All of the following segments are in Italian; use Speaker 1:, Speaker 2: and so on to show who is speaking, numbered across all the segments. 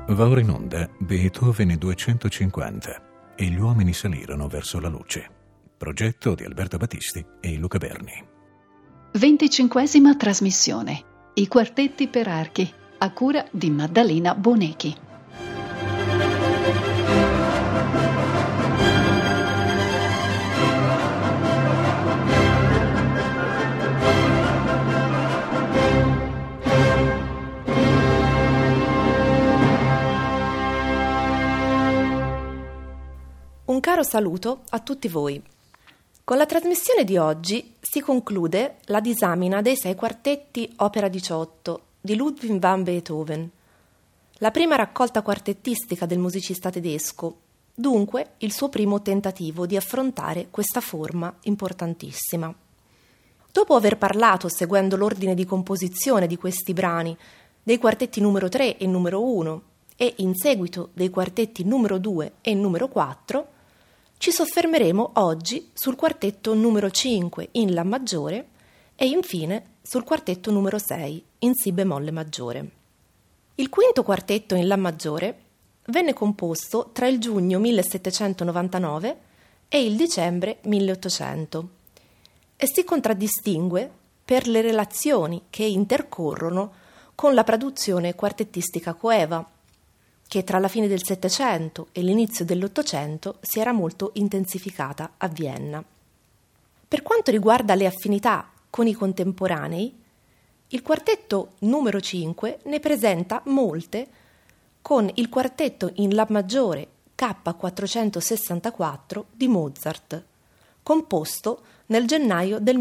Speaker 1: Va ora in onda Beethoven 250 e gli uomini salirono verso la luce. Progetto di Alberto Battisti e Luca Berni.
Speaker 2: 25ª trasmissione. I quartetti per archi, a cura di Maddalena Bonechi.
Speaker 3: Un caro saluto a tutti voi. Con la trasmissione di oggi si conclude la disamina dei 6 quartetti opera 18 di Ludwig van Beethoven, la prima raccolta quartettistica del musicista tedesco, dunque il suo primo tentativo di affrontare questa forma importantissima. Dopo aver parlato, seguendo l'ordine di composizione di questi brani, dei quartetti numero 3 e numero 1 e in seguito dei quartetti numero 2 e numero 4, ci soffermeremo oggi sul quartetto numero 5 in La maggiore e infine sul quartetto numero 6 in Si bemolle maggiore. Il quinto quartetto in La maggiore venne composto tra il giugno 1799 e il dicembre 1800 e si contraddistingue per le relazioni che intercorrono con la produzione quartettistica coeva, che tra la fine del Settecento e l'inizio dell'Ottocento si era molto intensificata a Vienna. Per quanto riguarda le affinità con i contemporanei, il quartetto numero 5 ne presenta molte con il quartetto in La maggiore K464 di Mozart, composto nel gennaio del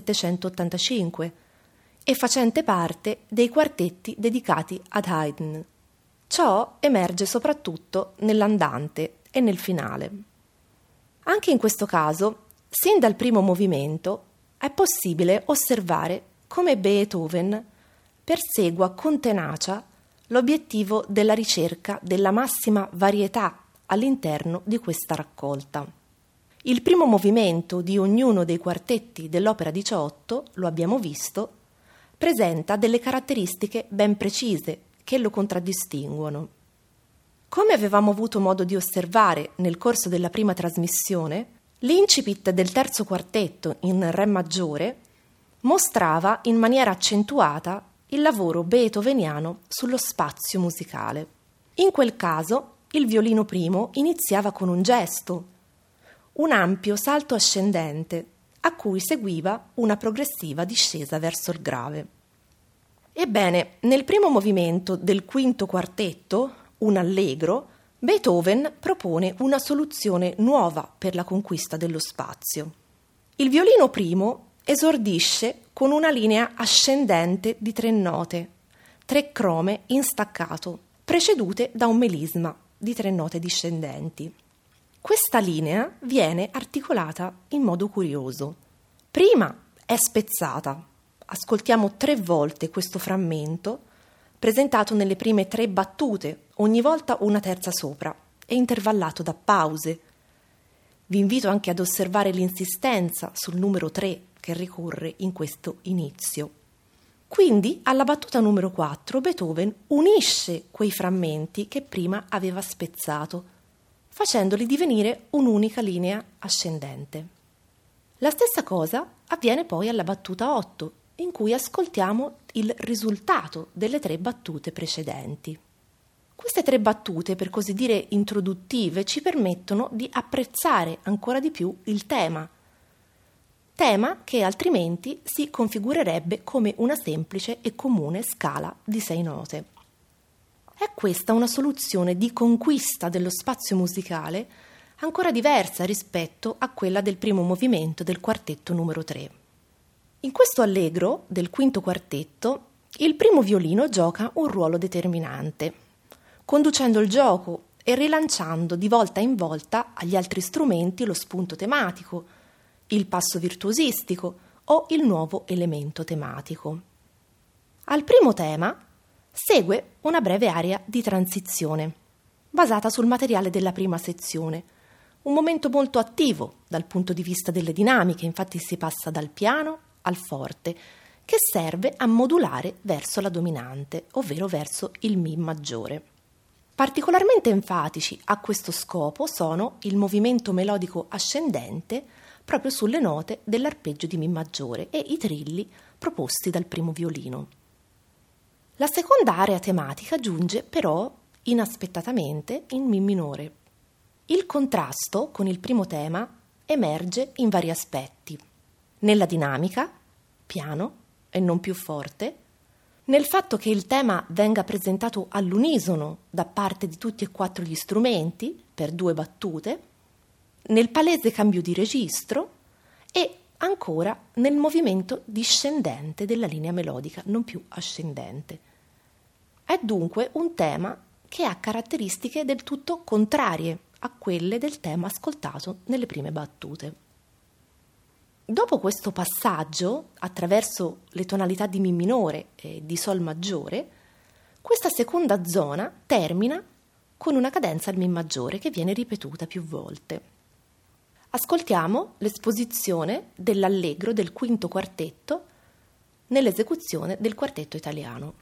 Speaker 3: 1785 e facente parte dei quartetti dedicati ad Haydn. Ciò emerge soprattutto nell'andante e nel finale. Anche in questo caso, sin dal primo movimento, è possibile osservare come Beethoven persegua con tenacia l'obiettivo della ricerca della massima varietà all'interno di questa raccolta. Il primo movimento di ognuno dei quartetti dell'opera 18, lo abbiamo visto, presenta delle caratteristiche ben precise che lo contraddistinguono. Come avevamo avuto modo di osservare nel corso della prima trasmissione, l'incipit del terzo quartetto in Re maggiore mostrava in maniera accentuata il lavoro beethoveniano sullo spazio musicale. In quel caso, il violino primo iniziava con un gesto, un ampio salto ascendente, a cui seguiva una progressiva discesa verso il grave. Ebbene, nel primo movimento del quinto quartetto, un allegro, Beethoven propone una soluzione nuova per la conquista dello spazio. Il violino primo esordisce con una linea ascendente di 3 note, 3 crome in staccato, precedute da un melisma di 3 note discendenti. Questa linea viene articolata in modo curioso. Prima è spezzata. Ascoltiamo 3 volte questo frammento, presentato nelle prime 3 battute, ogni volta una terza sopra, e intervallato da pause. Vi invito anche ad osservare l'insistenza sul numero 3 che ricorre in questo inizio. Quindi, alla battuta numero 4, Beethoven unisce quei frammenti che prima aveva spezzato, facendoli divenire un'unica linea ascendente. La stessa cosa avviene poi alla battuta 8, in cui ascoltiamo il risultato delle 3 battute precedenti. Queste 3 battute, per così dire introduttive, ci permettono di apprezzare ancora di più il tema che altrimenti si configurerebbe come una semplice e comune scala di 6 note. È questa una soluzione di conquista dello spazio musicale ancora diversa rispetto a quella del primo movimento del quartetto numero 3. In questo allegro del quinto quartetto, il primo violino gioca un ruolo determinante, conducendo il gioco e rilanciando di volta in volta agli altri strumenti lo spunto tematico, il passo virtuosistico o il nuovo elemento tematico. Al primo tema segue una breve aria di transizione, basata sul materiale della prima sezione, un momento molto attivo dal punto di vista delle dinamiche, infatti si passa dal piano al forte, che serve a modulare verso la dominante, ovvero verso il Mi maggiore. Particolarmente enfatici a questo scopo sono il movimento melodico ascendente proprio sulle note dell'arpeggio di Mi maggiore e i trilli proposti dal primo violino. La seconda area tematica giunge però inaspettatamente in Mi minore. Il contrasto con il primo tema emerge in vari aspetti: nella dinamica, piano e non più forte, nel fatto che il tema venga presentato all'unisono da parte di tutti e 4 gli strumenti per 2 battute, nel palese cambio di registro e ancora nel movimento discendente della linea melodica, non più ascendente. È dunque un tema che ha caratteristiche del tutto contrarie a quelle del tema ascoltato nelle prime battute. Dopo questo passaggio, attraverso le tonalità di Mi minore e di Sol maggiore, questa seconda zona termina con una cadenza al Mi maggiore che viene ripetuta più volte. Ascoltiamo l'esposizione dell'allegro del quinto quartetto nell'esecuzione del quartetto italiano.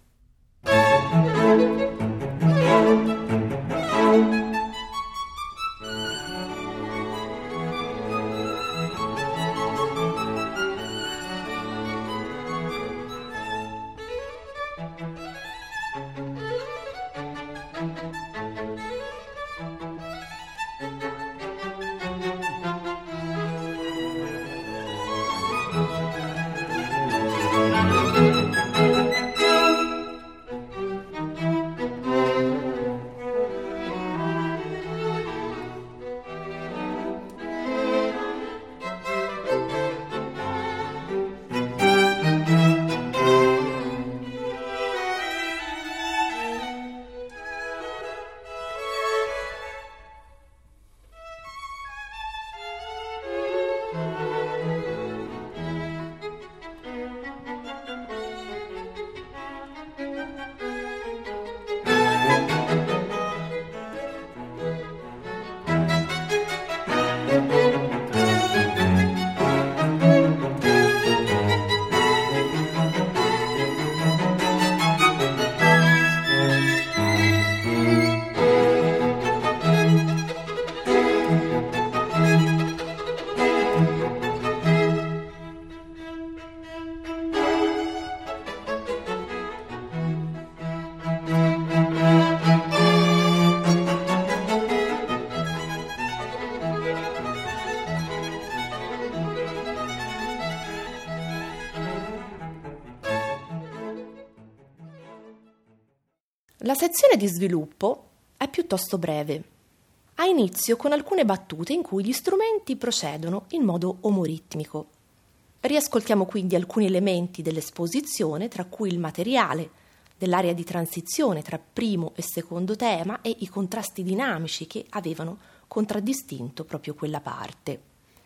Speaker 3: La sezione di sviluppo è piuttosto breve. Ha inizio con alcune battute in cui gli strumenti procedono in modo omoritmico. Riascoltiamo quindi alcuni elementi dell'esposizione, tra cui il materiale dell'area di transizione tra primo e secondo tema e i contrasti dinamici che avevano contraddistinto proprio quella parte.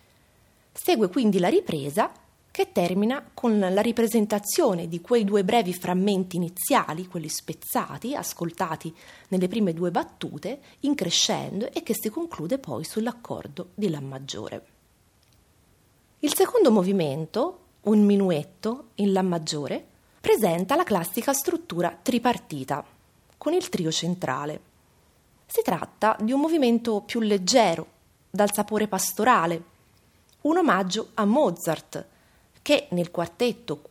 Speaker 3: Segue quindi la ripresa, che termina con la ripresentazione di quei 2 brevi frammenti iniziali, quelli spezzati, ascoltati nelle prime 2 battute, in crescendo, e che si conclude poi sull'accordo di La maggiore. Il secondo movimento, un minuetto in La maggiore, presenta la classica struttura tripartita, con il trio centrale. Si tratta di un movimento più leggero, dal sapore pastorale, un omaggio a Mozart, che nel quartetto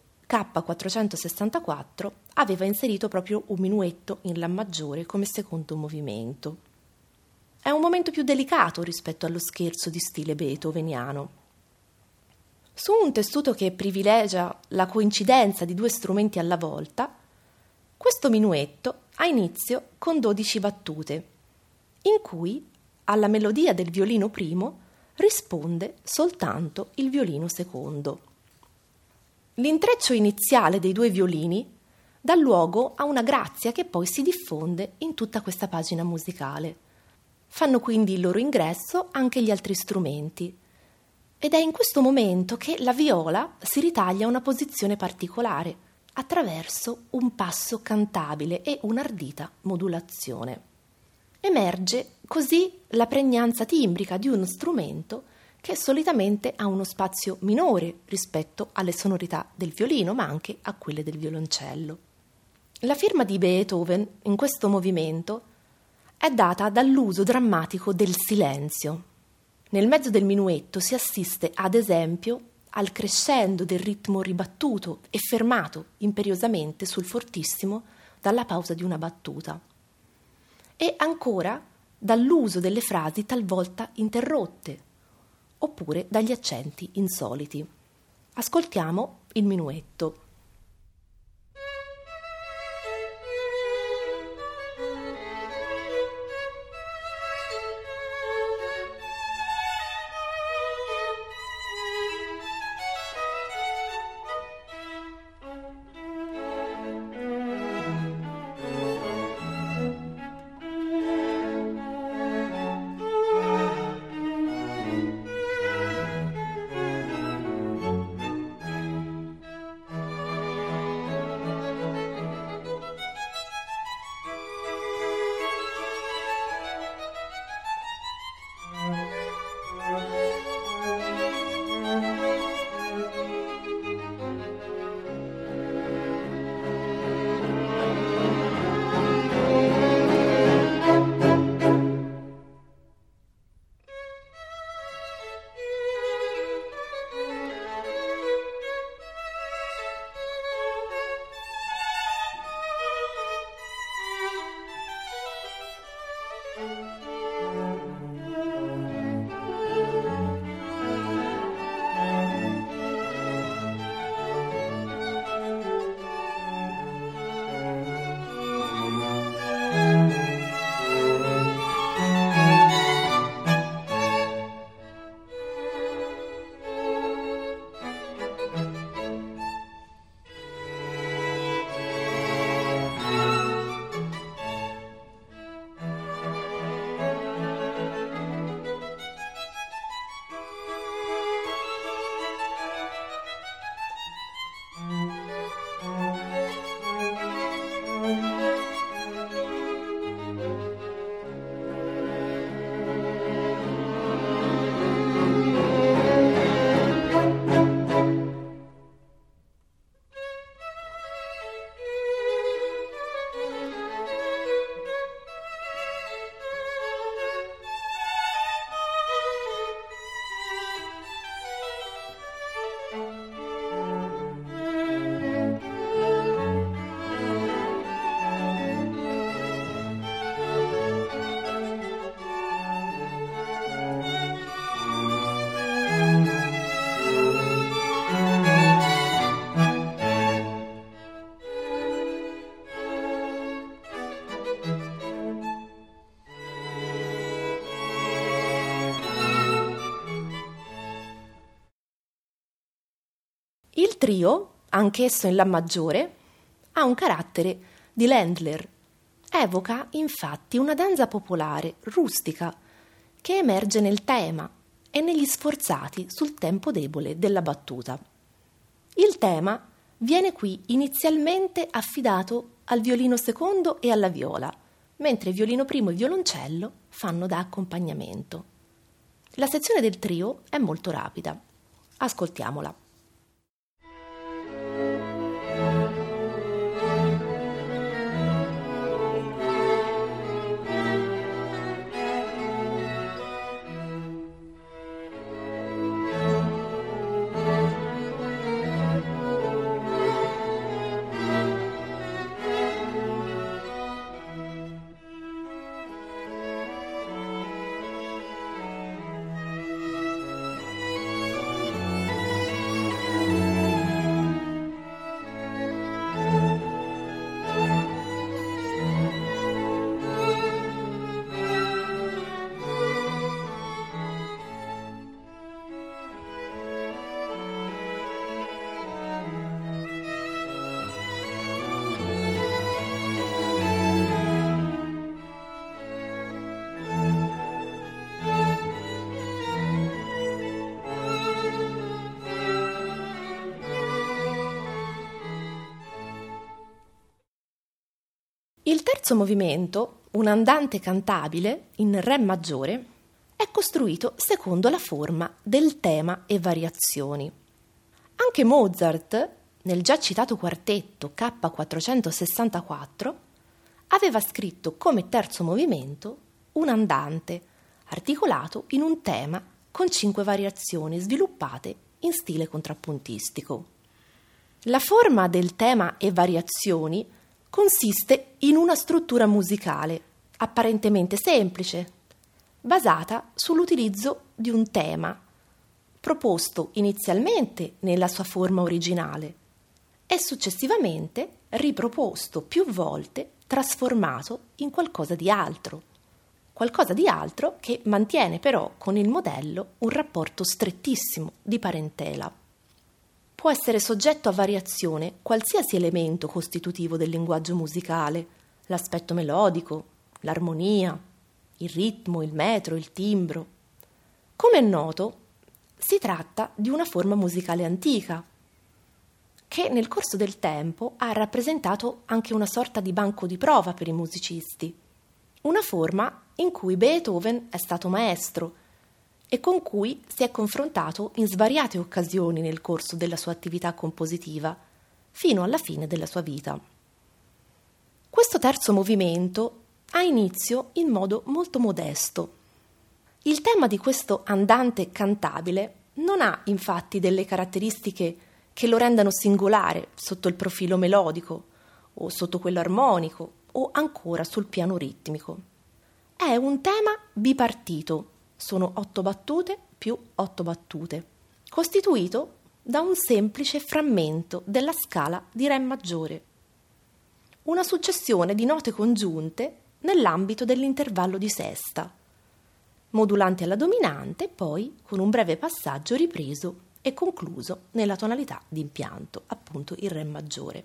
Speaker 3: K464 aveva inserito proprio un minuetto in La maggiore come secondo movimento. È un momento più delicato rispetto allo scherzo di stile beethoveniano. Su un tessuto che privilegia la coincidenza di 2 strumenti alla volta, questo minuetto ha inizio con 12 battute, in cui alla melodia del violino primo risponde soltanto il violino secondo. L'intreccio iniziale dei 2 violini dà luogo a una grazia che poi si diffonde in tutta questa pagina musicale. Fanno quindi il loro ingresso anche gli altri strumenti, ed è in questo momento che la viola si ritaglia una posizione particolare attraverso un passo cantabile e un'ardita modulazione. Emerge così la pregnanza timbrica di uno strumento che solitamente ha uno spazio minore rispetto alle sonorità del violino, ma anche a quelle del violoncello. La firma di Beethoven in questo movimento è data dall'uso drammatico del silenzio. Nel mezzo del minuetto si assiste, ad esempio, al crescendo del ritmo ribattuto e fermato imperiosamente sul fortissimo dalla pausa di una battuta. E ancora dall'uso delle frasi talvolta interrotte, oppure dagli accenti insoliti. Ascoltiamo il minuetto. Il trio, anch'esso in La maggiore, ha un carattere di Ländler. Evoca infatti una danza popolare, rustica, che emerge nel tema e negli sforzati sul tempo debole della battuta. Il tema viene qui inizialmente affidato al violino secondo e alla viola, mentre violino primo e violoncello fanno da accompagnamento. La sezione del trio è molto rapida. Ascoltiamola. Il terzo movimento, un andante cantabile in Re maggiore, è costruito secondo la forma del tema e variazioni. Anche Mozart, nel già citato quartetto K464, aveva scritto come terzo movimento un andante articolato in un tema con 5 variazioni sviluppate in stile contrappuntistico. La forma del tema e variazioni consiste in una struttura musicale apparentemente semplice, basata sull'utilizzo di un tema proposto inizialmente nella sua forma originale e successivamente riproposto più volte, trasformato in qualcosa di altro che mantiene però con il modello un rapporto strettissimo di parentela. Può essere soggetto a variazione qualsiasi elemento costitutivo del linguaggio musicale, l'aspetto melodico, l'armonia, il ritmo, il metro, il timbro. Come è noto, si tratta di una forma musicale antica, che nel corso del tempo ha rappresentato anche una sorta di banco di prova per i musicisti, una forma in cui Beethoven è stato maestro e con cui si è confrontato in svariate occasioni nel corso della sua attività compositiva, fino alla fine della sua vita. Questo terzo movimento ha inizio in modo molto modesto. Il tema di questo andante cantabile non ha infatti delle caratteristiche che lo rendano singolare sotto il profilo melodico o sotto quello armonico o ancora sul piano ritmico. È un tema bipartito, sono 8 battute più 8 battute, costituito da un semplice frammento della scala di Re maggiore, una successione di note congiunte nell'ambito dell'intervallo di sesta, modulanti alla dominante, poi con un breve passaggio ripreso e concluso nella tonalità di impianto, appunto il Re maggiore.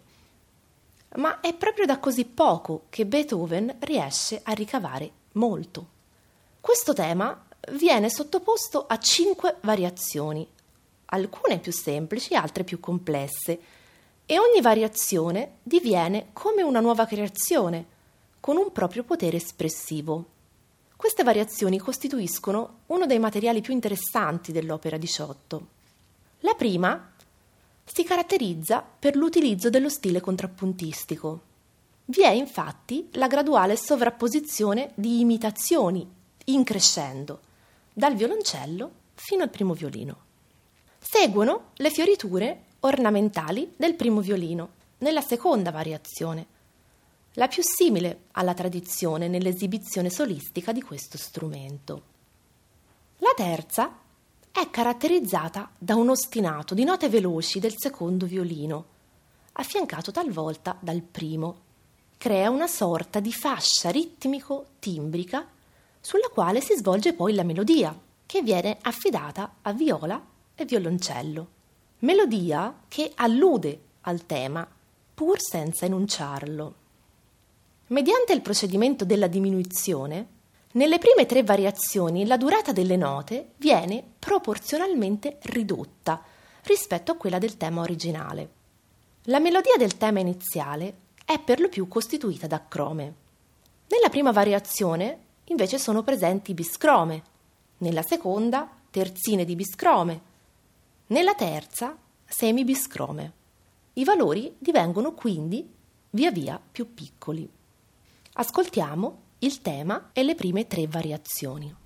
Speaker 3: Ma è proprio da così poco che Beethoven riesce a ricavare molto. Questo tema viene sottoposto a 5 variazioni, alcune più semplici, altre più complesse, e ogni variazione diviene come una nuova creazione, con un proprio potere espressivo. Queste variazioni costituiscono uno dei materiali più interessanti dell'opera 18. La prima si caratterizza per l'utilizzo dello stile contrappuntistico. Vi è infatti la graduale sovrapposizione di imitazioni in crescendo, dal violoncello fino al primo violino. Seguono le fioriture ornamentali del primo violino, nella seconda variazione, la più simile alla tradizione nell'esibizione solistica di questo strumento. La terza è caratterizzata da un ostinato di note veloci del secondo violino, affiancato talvolta dal primo. Crea una sorta di fascia ritmico-timbrica sulla quale si svolge poi la melodia, che viene affidata a viola e violoncello. Melodia che allude al tema, pur senza enunciarlo. Mediante il procedimento della diminuzione, nelle prime 3 variazioni la durata delle note viene proporzionalmente ridotta rispetto a quella del tema originale. La melodia del tema iniziale è per lo più costituita da crome. Nella prima variazione invece sono presenti biscrome, nella seconda terzine di biscrome, nella terza semibiscrome. I valori divengono quindi via via più piccoli. Ascoltiamo il tema e le prime 3 variazioni.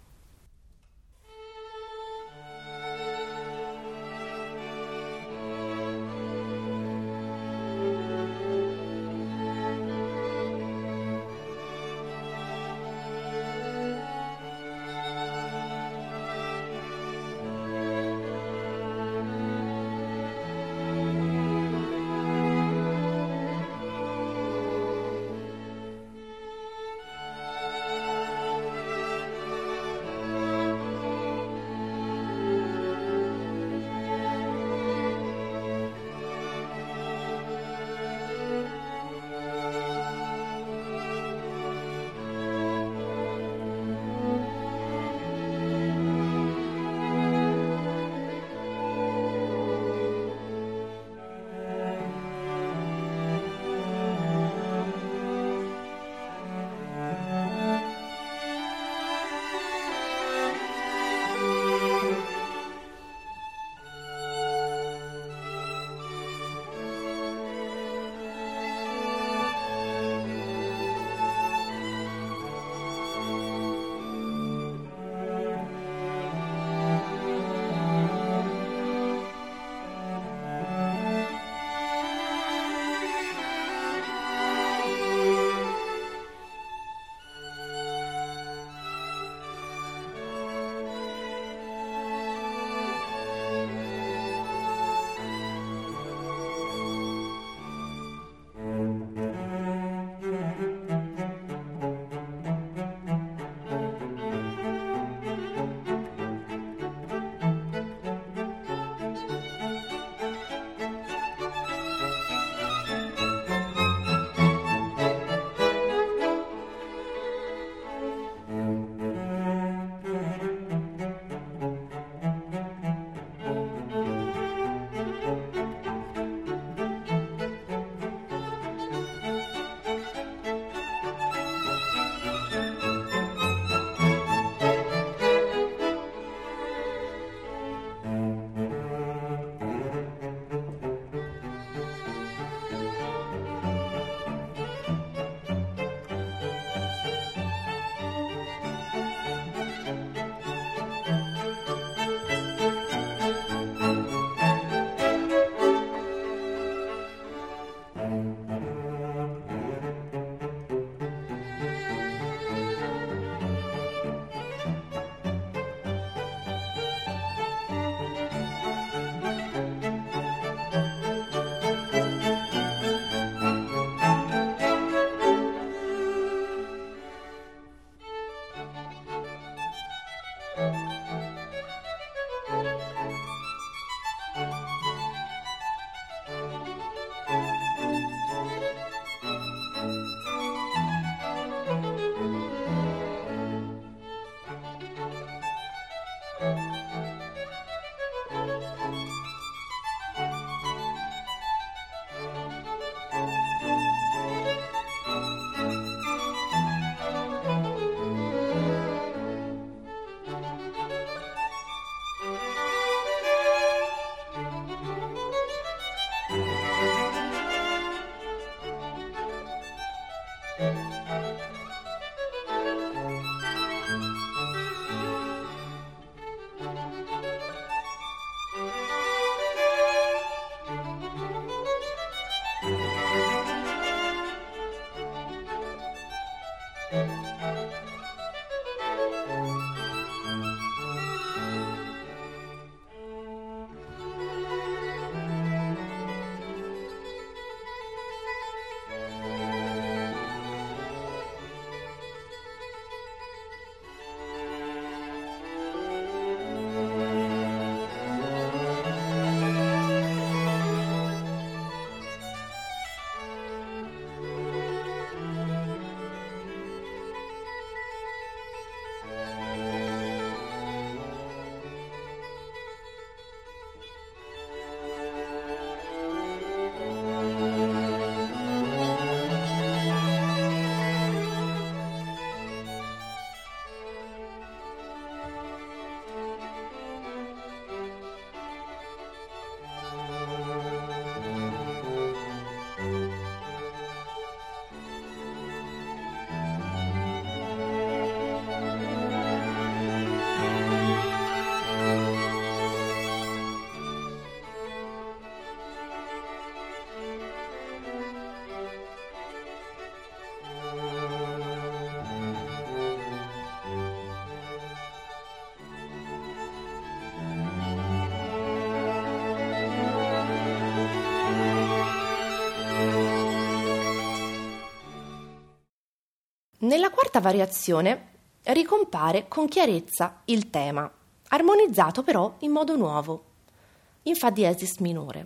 Speaker 3: Nella quarta variazione ricompare con chiarezza il tema, armonizzato però in modo nuovo, in fa diesis minore.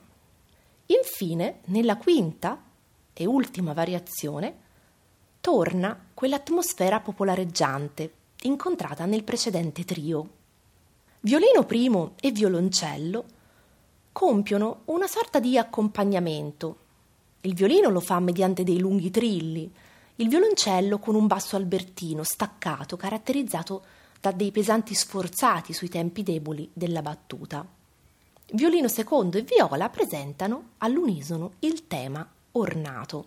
Speaker 3: Infine, nella quinta e ultima variazione, torna quell'atmosfera popolareggiante incontrata nel precedente trio. Violino primo e violoncello compiono una sorta di accompagnamento. Il violino lo fa mediante dei lunghi trilli, il violoncello con un basso albertino staccato caratterizzato da dei pesanti sforzati sui tempi deboli della battuta. Violino secondo e viola presentano all'unisono il tema ornato.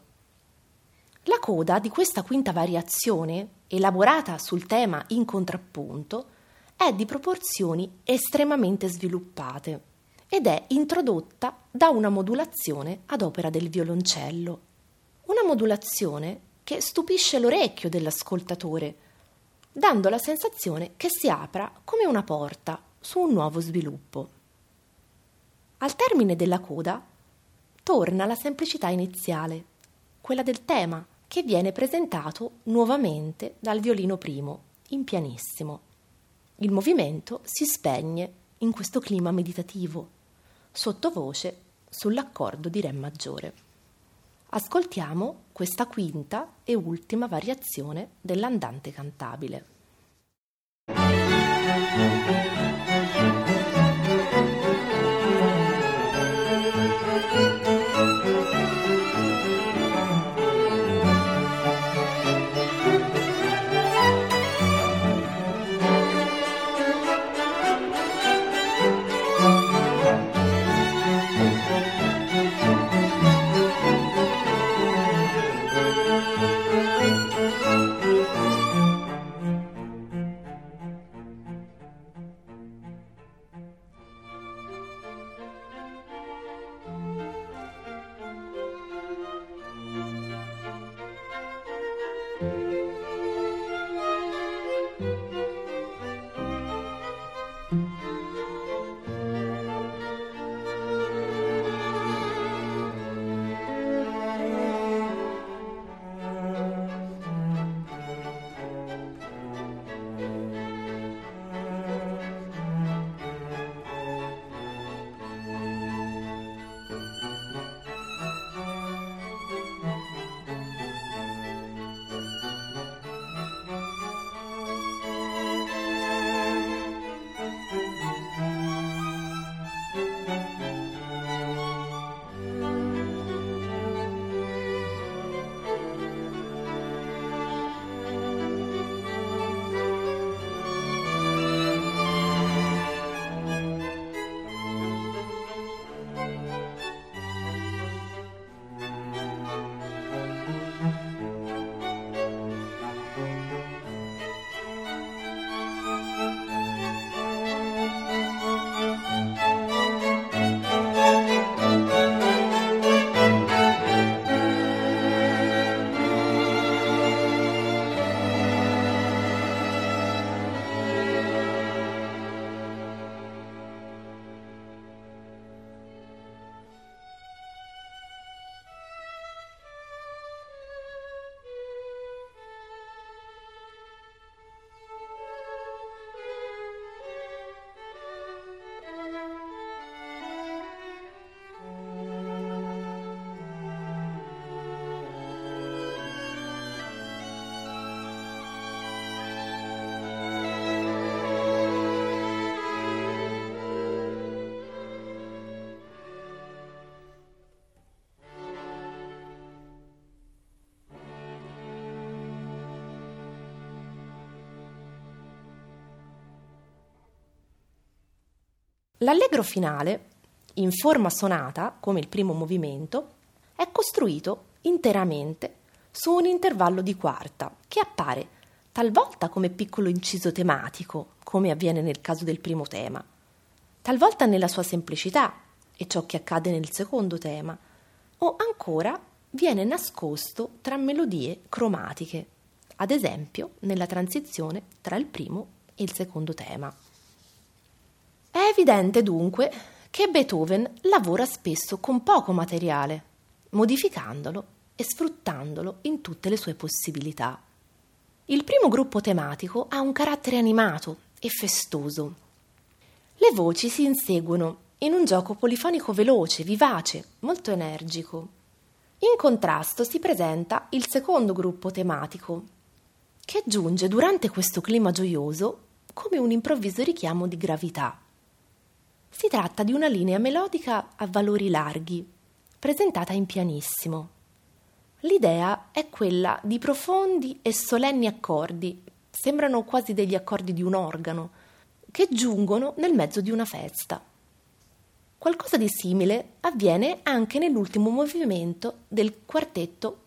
Speaker 3: La coda di questa quinta variazione, elaborata sul tema in contrappunto, è di proporzioni estremamente sviluppate ed è introdotta da una modulazione ad opera del violoncello. Una modulazione che stupisce l'orecchio dell'ascoltatore, dando la sensazione che si apra come una porta su un nuovo sviluppo. Al termine della coda torna la semplicità iniziale, quella del tema, che viene presentato nuovamente dal violino primo, in pianissimo. Il movimento si spegne in questo clima meditativo, sottovoce sull'accordo di Re maggiore. Ascoltiamo questa quinta e ultima variazione dell'andante cantabile. L'allegro finale, in forma sonata, come il primo movimento, è costruito interamente su un intervallo di quarta, che appare talvolta come piccolo inciso tematico, come avviene nel caso del primo tema, talvolta nella sua semplicità, e ciò che accade nel secondo tema, o ancora viene nascosto tra melodie cromatiche, ad esempio nella transizione tra il primo e il secondo tema. È evidente dunque che Beethoven lavora spesso con poco materiale, modificandolo e sfruttandolo in tutte le sue possibilità. Il primo gruppo tematico ha un carattere animato e festoso. Le voci si inseguono in un gioco polifonico veloce, vivace, molto energico. In contrasto si presenta il secondo gruppo tematico, che giunge durante questo clima gioioso come un improvviso richiamo di gravità. Si tratta di una linea melodica a valori larghi, presentata in pianissimo. L'idea è quella di profondi e solenni accordi, sembrano quasi degli accordi di un organo, che giungono nel mezzo di una festa. Qualcosa di simile avviene anche nell'ultimo movimento del quartetto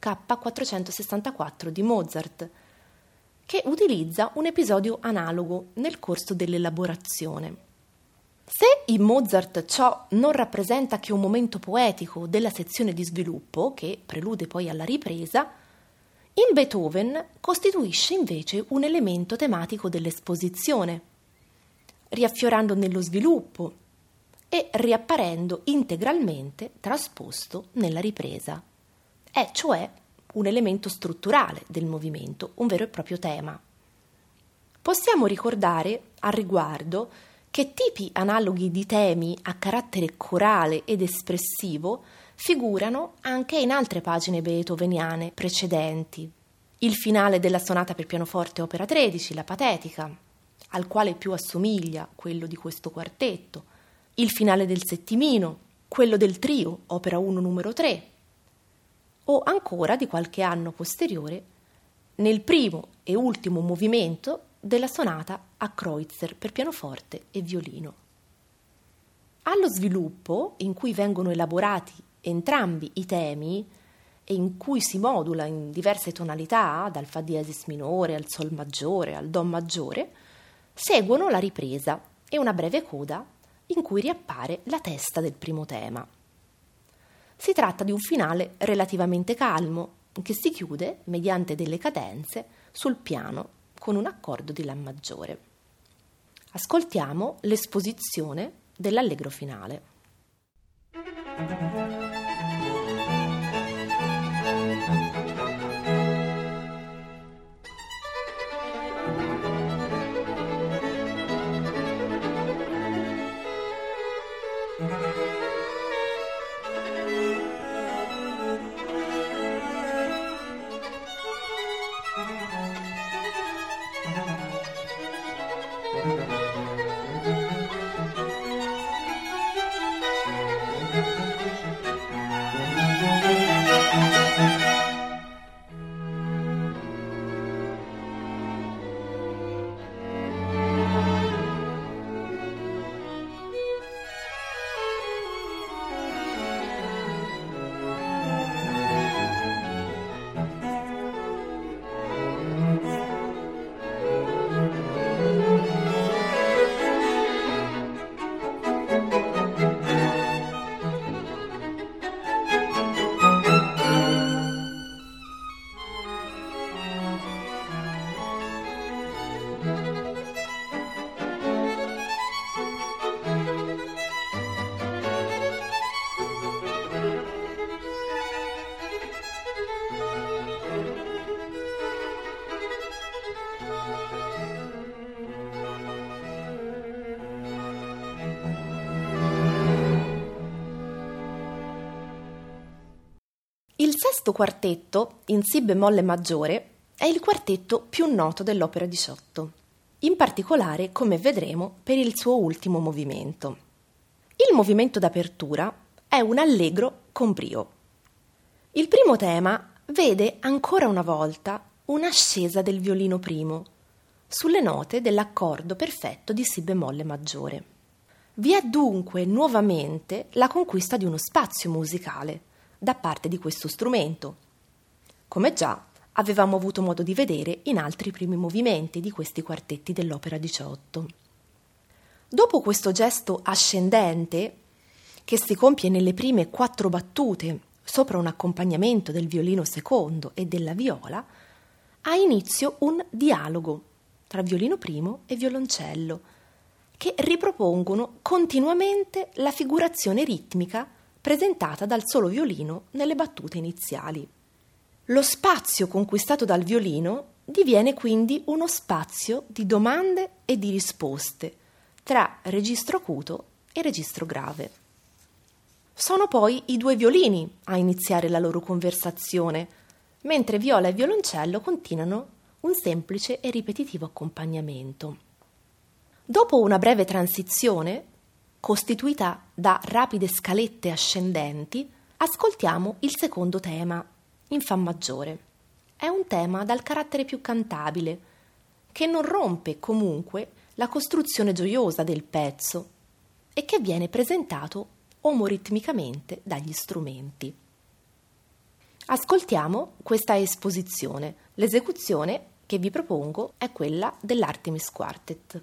Speaker 3: K464 di Mozart, che utilizza un episodio analogo nel corso dell'elaborazione. Se in Mozart ciò non rappresenta che un momento poetico della sezione di sviluppo, che prelude poi alla ripresa, in Beethoven costituisce invece un elemento tematico dell'esposizione, riaffiorando nello sviluppo e riapparendo integralmente trasposto nella ripresa. È cioè un elemento strutturale del movimento, un vero e proprio tema. Possiamo ricordare al riguardo che tipi analoghi di temi a carattere corale ed espressivo figurano anche in altre pagine beethoveniane precedenti. Il finale della sonata per pianoforte opera 13, la Patetica, al quale più assomiglia quello di questo quartetto, il finale del settimino, quello del trio, opera 1 numero 3, o ancora di qualche anno posteriore, nel primo e ultimo movimento della sonata a Kreutzer per pianoforte e violino. Allo sviluppo, in cui vengono elaborati entrambi i temi e in cui si modula in diverse tonalità, dal fa diesis minore al sol maggiore al do maggiore, seguono la ripresa e una breve coda in cui riappare la testa del primo tema. Si tratta di un finale relativamente calmo, che si chiude, mediante delle cadenze, sul piano con un accordo di La maggiore. Ascoltiamo l'esposizione dell'allegro finale. Il sesto quartetto, in Si bemolle maggiore, è il quartetto più noto dell'opera 18, in particolare, come vedremo, per il suo ultimo movimento. Il movimento d'apertura è un allegro con brio. Il primo tema vede ancora una volta un'ascesa del violino primo, sulle note dell'accordo perfetto di Si bemolle maggiore. Vi è dunque nuovamente la conquista di uno spazio musicale da parte di questo strumento, come già avevamo avuto modo di vedere in altri primi movimenti di questi quartetti dell'opera 18. Dopo questo gesto ascendente, che si compie nelle prime 4 battute sopra un accompagnamento del violino secondo e della viola, ha inizio un dialogo tra violino primo e violoncello, che ripropongono continuamente la figurazione ritmica presentata dal solo violino nelle battute iniziali. Lo spazio conquistato dal violino diviene quindi uno spazio di domande e di risposte tra registro acuto e registro grave. Sono poi i 2 violini a iniziare la loro conversazione, mentre viola e violoncello continuano un semplice e ripetitivo accompagnamento. Dopo una breve transizione, costituita da rapide scalette ascendenti, ascoltiamo il secondo tema, in fa maggiore. È un tema dal carattere più cantabile, che non rompe comunque la costruzione gioiosa del pezzo e che viene presentato omoritmicamente dagli strumenti. Ascoltiamo questa esposizione. L'esecuzione che vi propongo è quella dell'Artemis Quartet.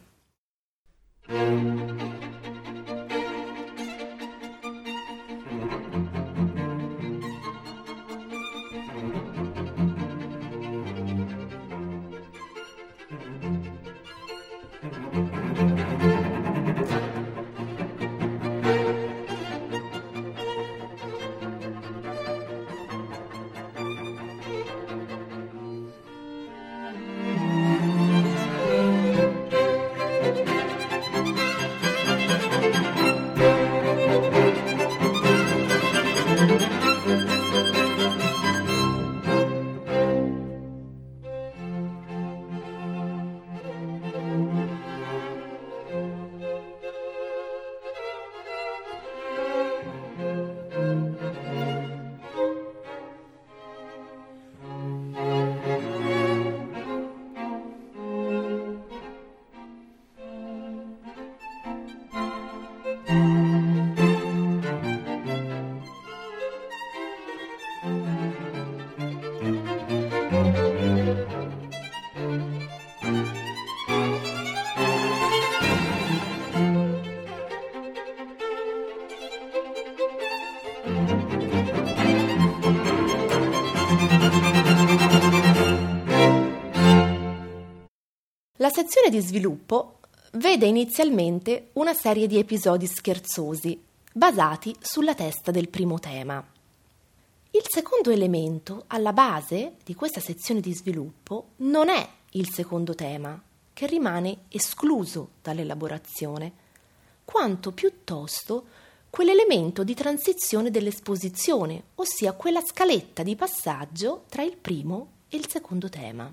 Speaker 3: La sezione di sviluppo vede inizialmente una serie di episodi scherzosi basati sulla testa del primo tema. Il secondo elemento alla base di questa sezione di sviluppo non è il secondo tema, che rimane escluso dall'elaborazione, quanto piuttosto quell'elemento di transizione dell'esposizione, ossia quella scaletta di passaggio tra il primo e il secondo tema.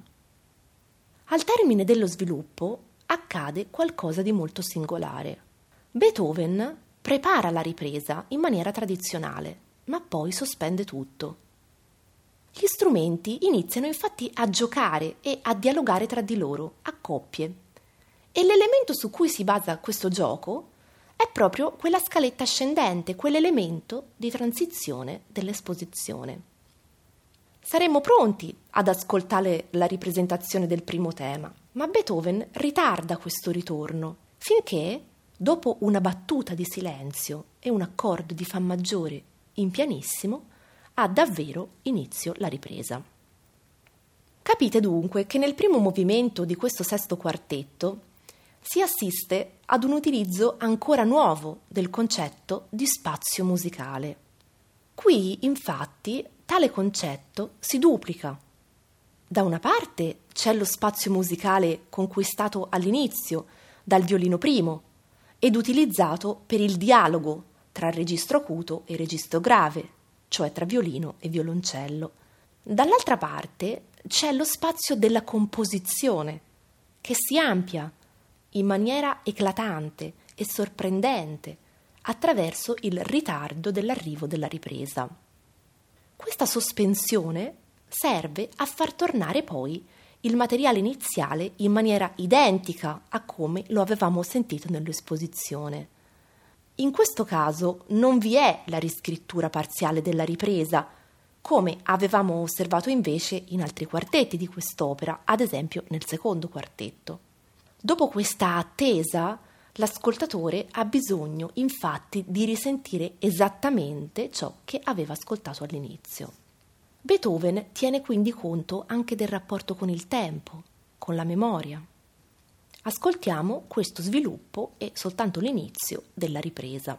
Speaker 3: Al termine dello sviluppo accade qualcosa di molto singolare. Beethoven prepara la ripresa in maniera tradizionale, ma poi sospende tutto. Gli strumenti iniziano infatti a giocare e a dialogare tra di loro, a coppie, e l'elemento su cui si basa questo gioco è proprio quella scaletta ascendente, quell'elemento di transizione dell'esposizione. Saremmo pronti ad ascoltare la ripresentazione del primo tema, ma Beethoven ritarda questo ritorno finché, dopo una battuta di silenzio e un accordo di fa maggiore in pianissimo, ha davvero inizio la ripresa. Capite dunque che nel primo movimento di questo sesto quartetto si assiste ad un utilizzo ancora nuovo del concetto di spazio musicale. Qui, infatti, tale concetto si duplica. Da una parte c'è lo spazio musicale conquistato all'inizio dal violino primo ed utilizzato per il dialogo tra registro acuto e registro grave, cioè tra violino e violoncello. Dall'altra parte c'è lo spazio della composizione, che si amplia in maniera eclatante e sorprendente attraverso il ritardo dell'arrivo della ripresa. Questa sospensione serve a far tornare poi il materiale iniziale in maniera identica a come lo avevamo sentito nell'esposizione. In questo caso non vi è la riscrittura parziale della ripresa, come avevamo osservato invece in altri quartetti di quest'opera, ad esempio nel secondo quartetto. Dopo questa attesa, l'ascoltatore ha bisogno infatti di risentire esattamente ciò che aveva ascoltato all'inizio. Beethoven tiene quindi conto anche del rapporto con il tempo, con la memoria. Ascoltiamo questo sviluppo e soltanto l'inizio della ripresa.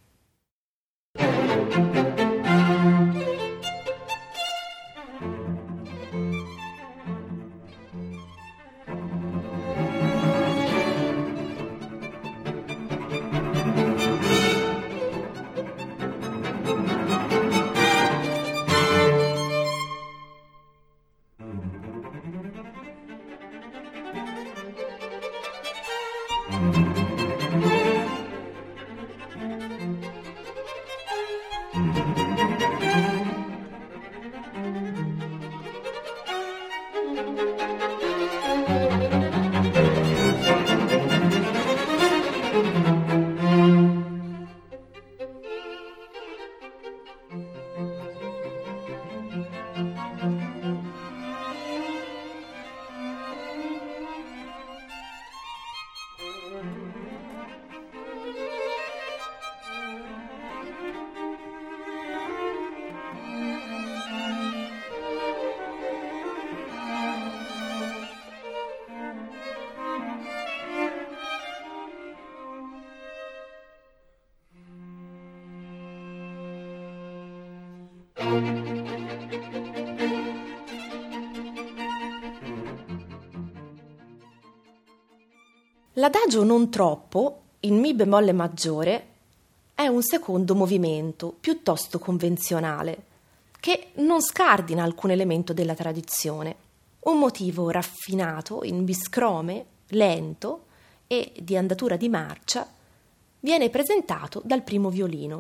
Speaker 3: L'adagio non troppo, in Mi bemolle maggiore, è un secondo movimento piuttosto convenzionale, che non scardina alcun elemento della tradizione. Un motivo raffinato, in biscrome, lento e di andatura di marcia, viene presentato dal primo violino,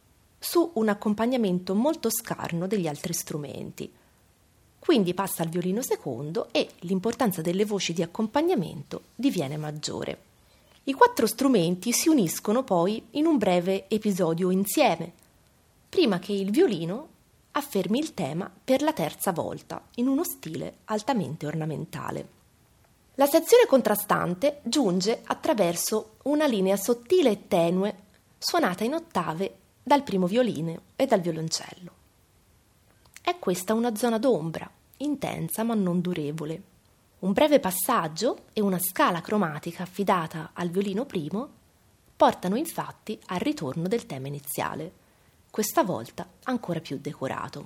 Speaker 3: su un accompagnamento molto scarno degli altri strumenti. Quindi passa al violino secondo e l'importanza delle voci di accompagnamento diviene maggiore. I 4 strumenti si uniscono poi in un breve episodio insieme, prima che il violino affermi il tema per la terza volta, in uno stile altamente ornamentale. La sezione contrastante giunge attraverso una linea sottile e tenue, suonata in ottave dal primo violino e dal violoncello. È questa una zona d'ombra, intensa ma non durevole. Un breve passaggio e una scala cromatica affidata al violino primo portano infatti al ritorno del tema iniziale, questa volta ancora più decorato.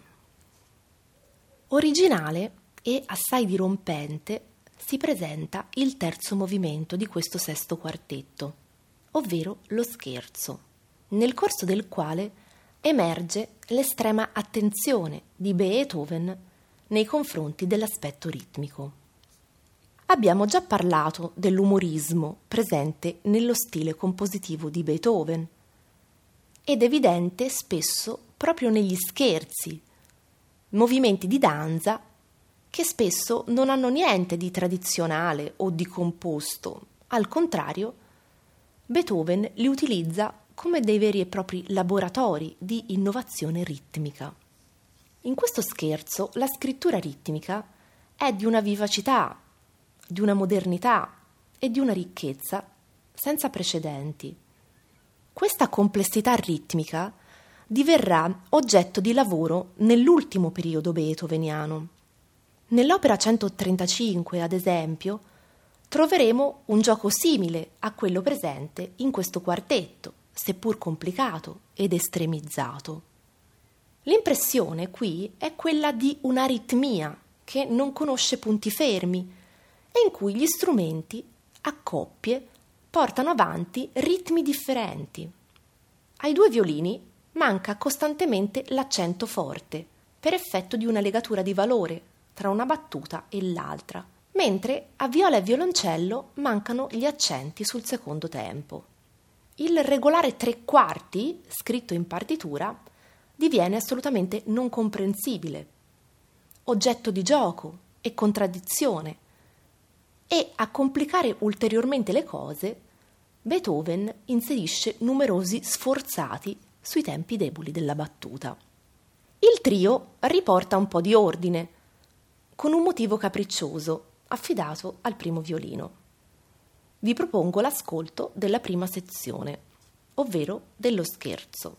Speaker 3: Originale e assai dirompente si presenta il terzo movimento di questo sesto quartetto, ovvero lo scherzo, nel corso del quale emerge l'estrema attenzione di Beethoven nei confronti dell'aspetto ritmico. Abbiamo già parlato dell'umorismo presente nello stile compositivo di Beethoven ed evidente spesso proprio negli scherzi, movimenti di danza che spesso non hanno niente di tradizionale o di composto. Al contrario, Beethoven li utilizza come dei veri e propri laboratori di innovazione ritmica. In questo scherzo la scrittura ritmica è di una vivacità, di una modernità e di una ricchezza senza precedenti. Questa complessità ritmica diverrà oggetto di lavoro nell'ultimo periodo beethoveniano. Nell'opera 135, ad esempio, troveremo un gioco simile a quello presente in questo quartetto, seppur complicato ed estremizzato. L'impressione qui è quella di un'aritmia che non conosce punti fermi e in cui gli strumenti, a coppie, portano avanti ritmi differenti. Ai 2 violini manca costantemente l'accento forte, per effetto di una legatura di valore tra una battuta e l'altra, mentre a viola e violoncello mancano gli accenti sul secondo tempo. Il regolare 3/4, scritto in partitura, diviene assolutamente non comprensibile, oggetto di gioco e contraddizione, e a complicare ulteriormente le cose Beethoven inserisce numerosi sforzati sui tempi deboli della battuta. Il trio riporta un po' di ordine, con un motivo capriccioso affidato al primo violino. Vi propongo l'ascolto della prima sezione, ovvero dello scherzo.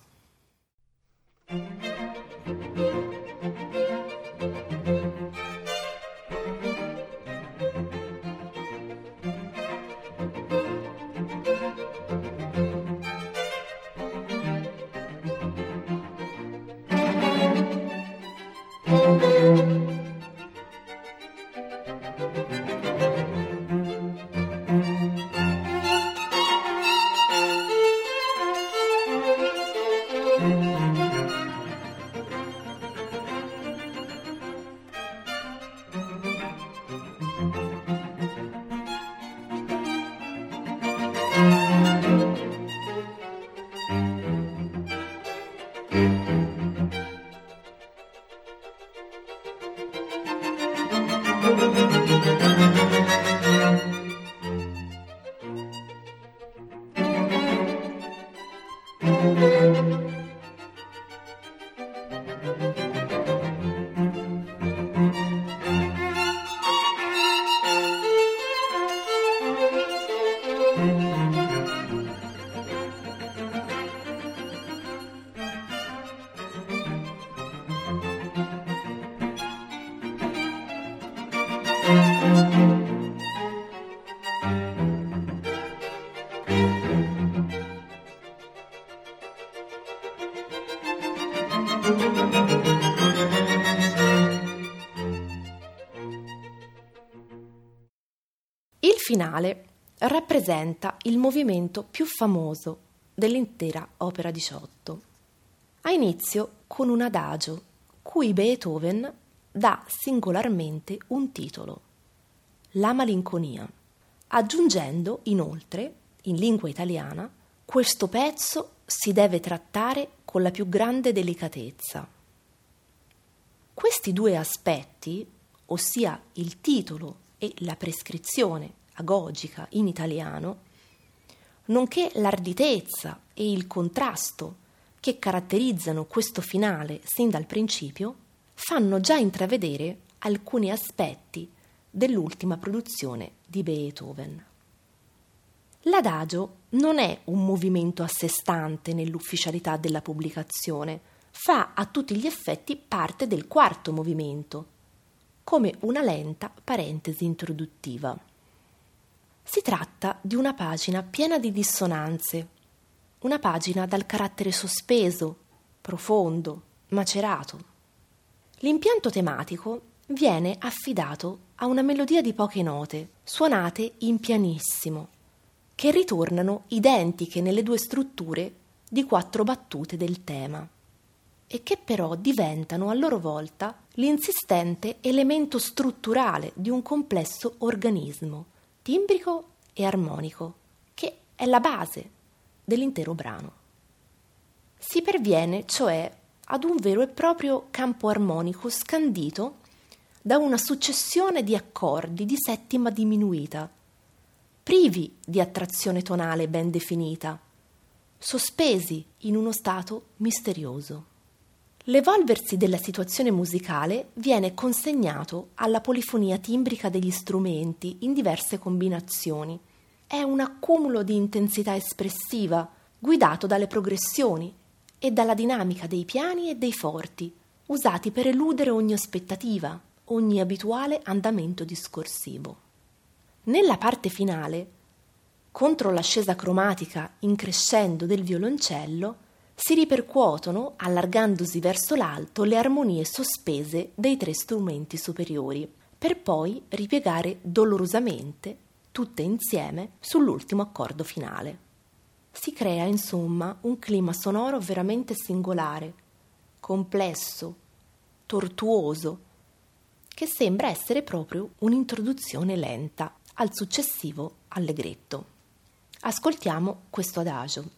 Speaker 3: Il finale rappresenta il movimento più famoso dell'intera opera 18. Ha inizio con un adagio cui Beethoven dà singolarmente un titolo, La malinconia, aggiungendo inoltre, in lingua italiana, questo pezzo si deve trattare con la più grande delicatezza. Questi due aspetti, ossia il titolo e la prescrizione agogica in italiano, nonché l'arditezza e il contrasto che caratterizzano questo finale sin dal principio, fanno già intravedere alcuni aspetti dell'ultima produzione di Beethoven. L'adagio non è un movimento a sé stante nell'ufficialità della pubblicazione, fa a tutti gli effetti parte del quarto movimento, come una lenta parentesi introduttiva. Si tratta di una pagina piena di dissonanze, una pagina dal carattere sospeso, profondo, macerato. L'impianto tematico viene affidato a una melodia di poche note, suonate in pianissimo, che ritornano identiche nelle due strutture di 4 battute del tema, e che però diventano a loro volta l'insistente elemento strutturale di un complesso organismo, timbrico e armonico, che è la base dell'intero brano. Si perviene, cioè, ad un vero e proprio campo armonico scandito da una successione di accordi di settima diminuita, privi di attrazione tonale ben definita, sospesi in uno stato misterioso. L'evolversi della situazione musicale viene consegnato alla polifonia timbrica degli strumenti in diverse combinazioni. È un accumulo di intensità espressiva, guidato dalle progressioni e dalla dinamica dei piani e dei forti, usati per eludere ogni aspettativa, ogni abituale andamento discorsivo. Nella parte finale, contro l'ascesa cromatica in crescendo del violoncello, si ripercuotono, allargandosi verso l'alto, le armonie sospese dei 3 strumenti superiori, per poi ripiegare dolorosamente, tutte insieme, sull'ultimo accordo finale. Si crea, insomma, un clima sonoro veramente singolare, complesso, tortuoso, che sembra essere proprio un'introduzione lenta al successivo allegretto. Ascoltiamo questo adagio.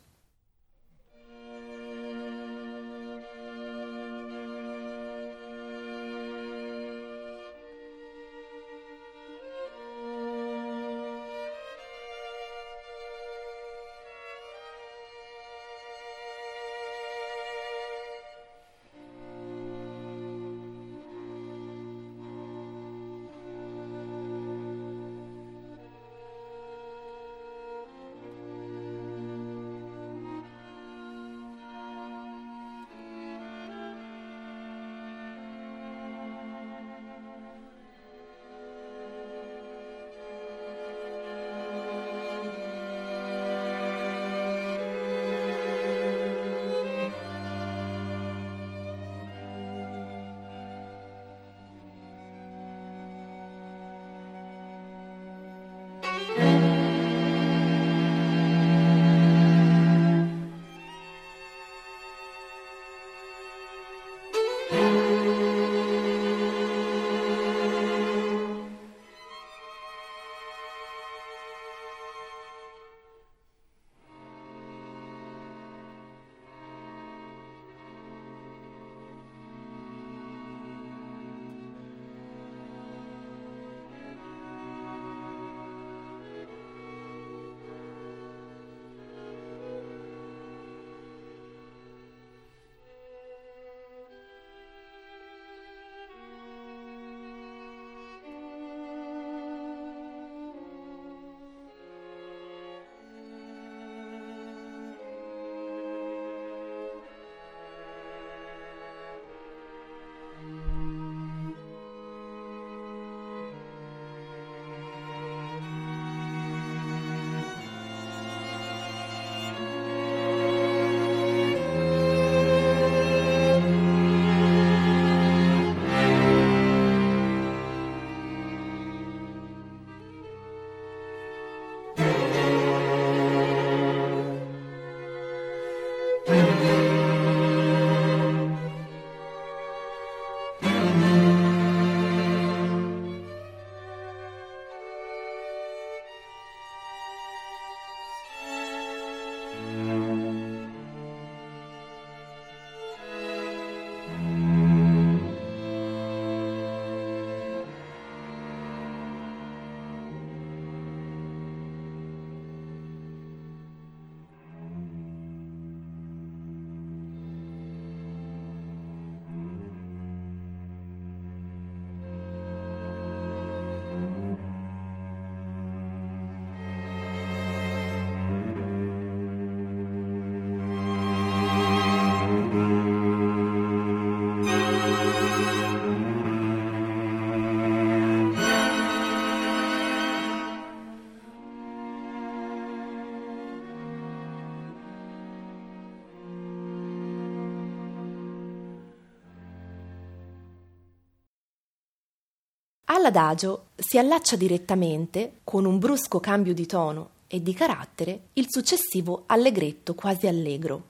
Speaker 3: All'adagio si allaccia direttamente, con un brusco cambio di tono e di carattere, il successivo allegretto quasi allegro.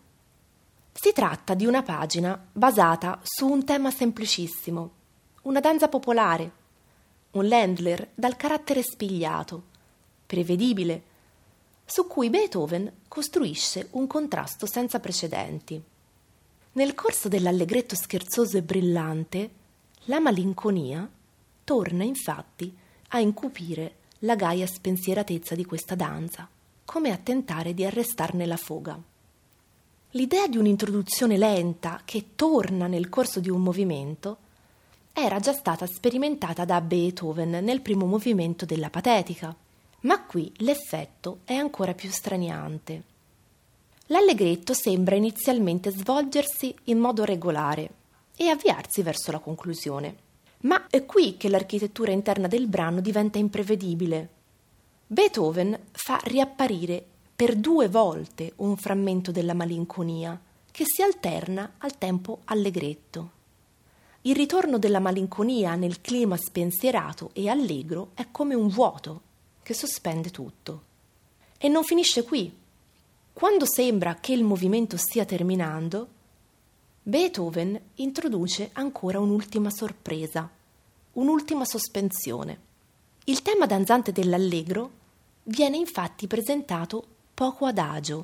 Speaker 3: Si tratta di una pagina basata su un tema semplicissimo, una danza popolare, un Ländler dal carattere spigliato, prevedibile, su cui Beethoven costruisce un contrasto senza precedenti. Nel corso dell'allegretto scherzoso e brillante, la malinconia torna infatti a incupire la gaia spensieratezza di questa danza, come a tentare di arrestarne la foga. L'idea di un'introduzione lenta che torna nel corso di un movimento era già stata sperimentata da Beethoven nel primo movimento della Patetica, ma qui l'effetto è ancora più straniante. L'allegretto sembra inizialmente svolgersi in modo regolare e avviarsi verso la conclusione. Ma è qui che l'architettura interna del brano diventa imprevedibile. Beethoven fa riapparire per 2 volte un frammento della malinconia che si alterna al tempo allegretto. Il ritorno della malinconia nel clima spensierato e allegro è come un vuoto che sospende tutto. E non finisce qui. Quando sembra che il movimento stia terminando, Beethoven introduce ancora un'ultima sorpresa, un'ultima sospensione. Il tema danzante dell'allegro viene infatti presentato poco adagio,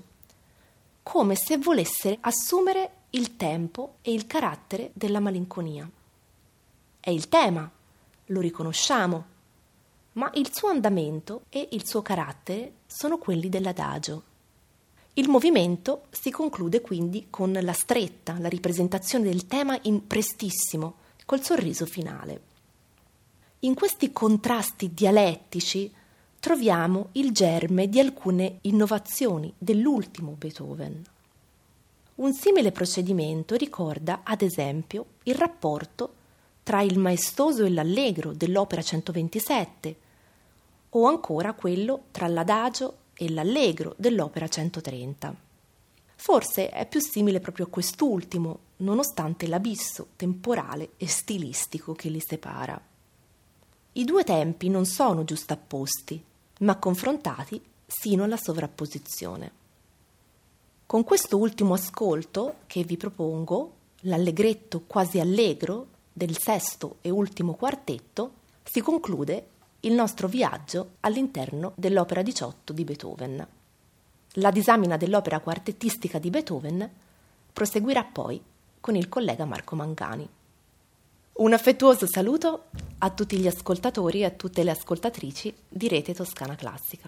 Speaker 3: come se volesse assumere il tempo e il carattere della malinconia. È il tema, lo riconosciamo, ma il suo andamento e il suo carattere sono quelli dell'adagio. Il movimento si conclude quindi con la stretta, la ripresentazione del tema in prestissimo, col sorriso finale. In questi contrasti dialettici troviamo il germe di alcune innovazioni dell'ultimo Beethoven. Un simile procedimento ricorda, ad esempio, il rapporto tra il maestoso e l'allegro dell'opera 127, o ancora quello tra l'adagio e l'allegro dell'opera 130. Forse è più simile proprio a quest'ultimo, nonostante l'abisso temporale e stilistico che li separa. I 2 tempi non sono giustapposti, ma confrontati sino alla sovrapposizione. Con questo ultimo ascolto che vi propongo, l'allegretto quasi allegro del 6º e ultimo quartetto, si conclude il nostro viaggio all'interno dell'opera 18 di Beethoven. La disamina dell'opera quartettistica di Beethoven proseguirà poi con il collega Marco Mangani. Un affettuoso saluto a tutti gli ascoltatori e a tutte le ascoltatrici di Rete Toscana Classica.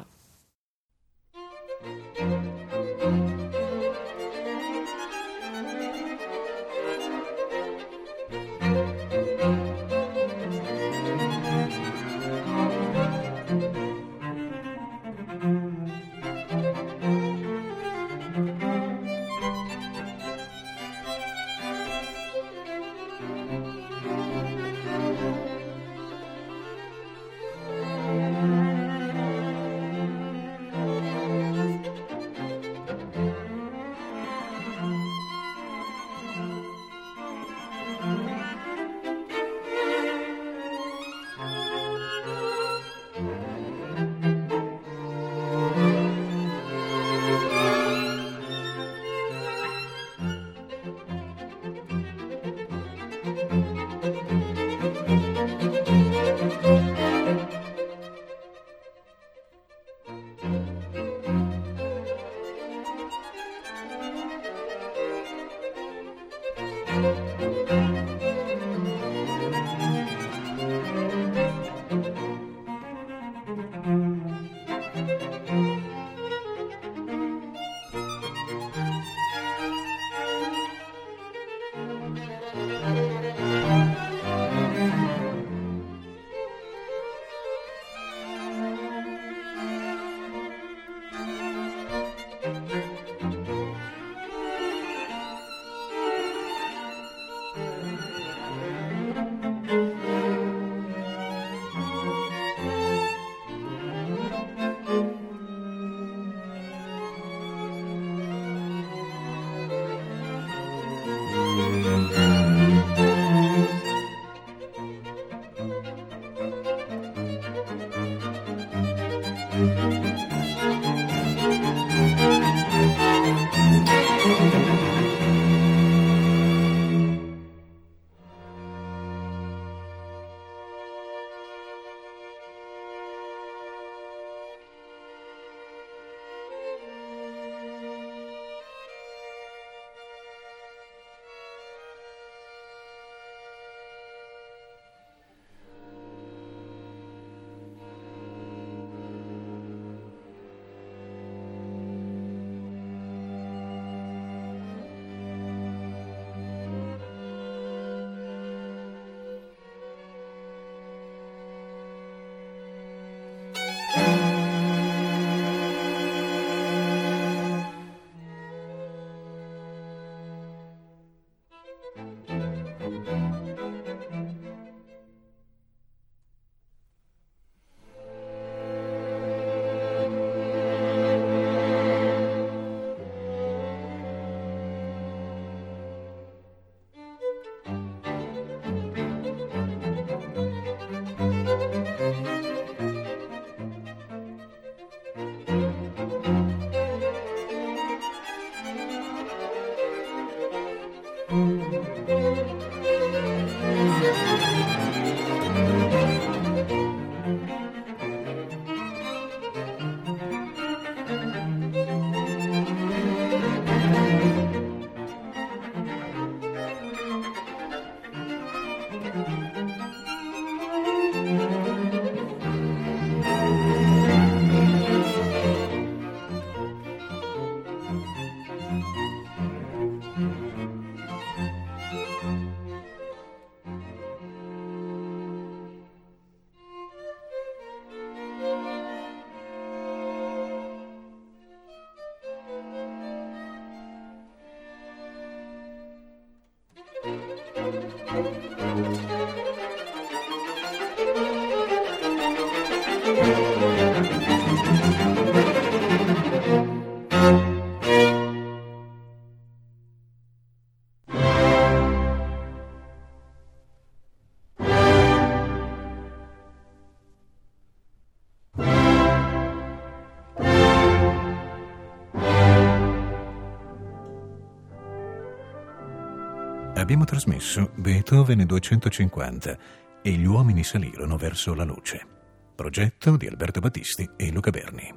Speaker 1: Abbiamo trasmesso Beethoven 250 e gli uomini salirono verso la luce. Progetto di Alberto Battisti e Luca Berni.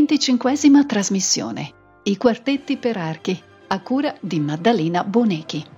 Speaker 2: 25ª trasmissione. I quartetti per archi, a cura di Maddalena Bonechi.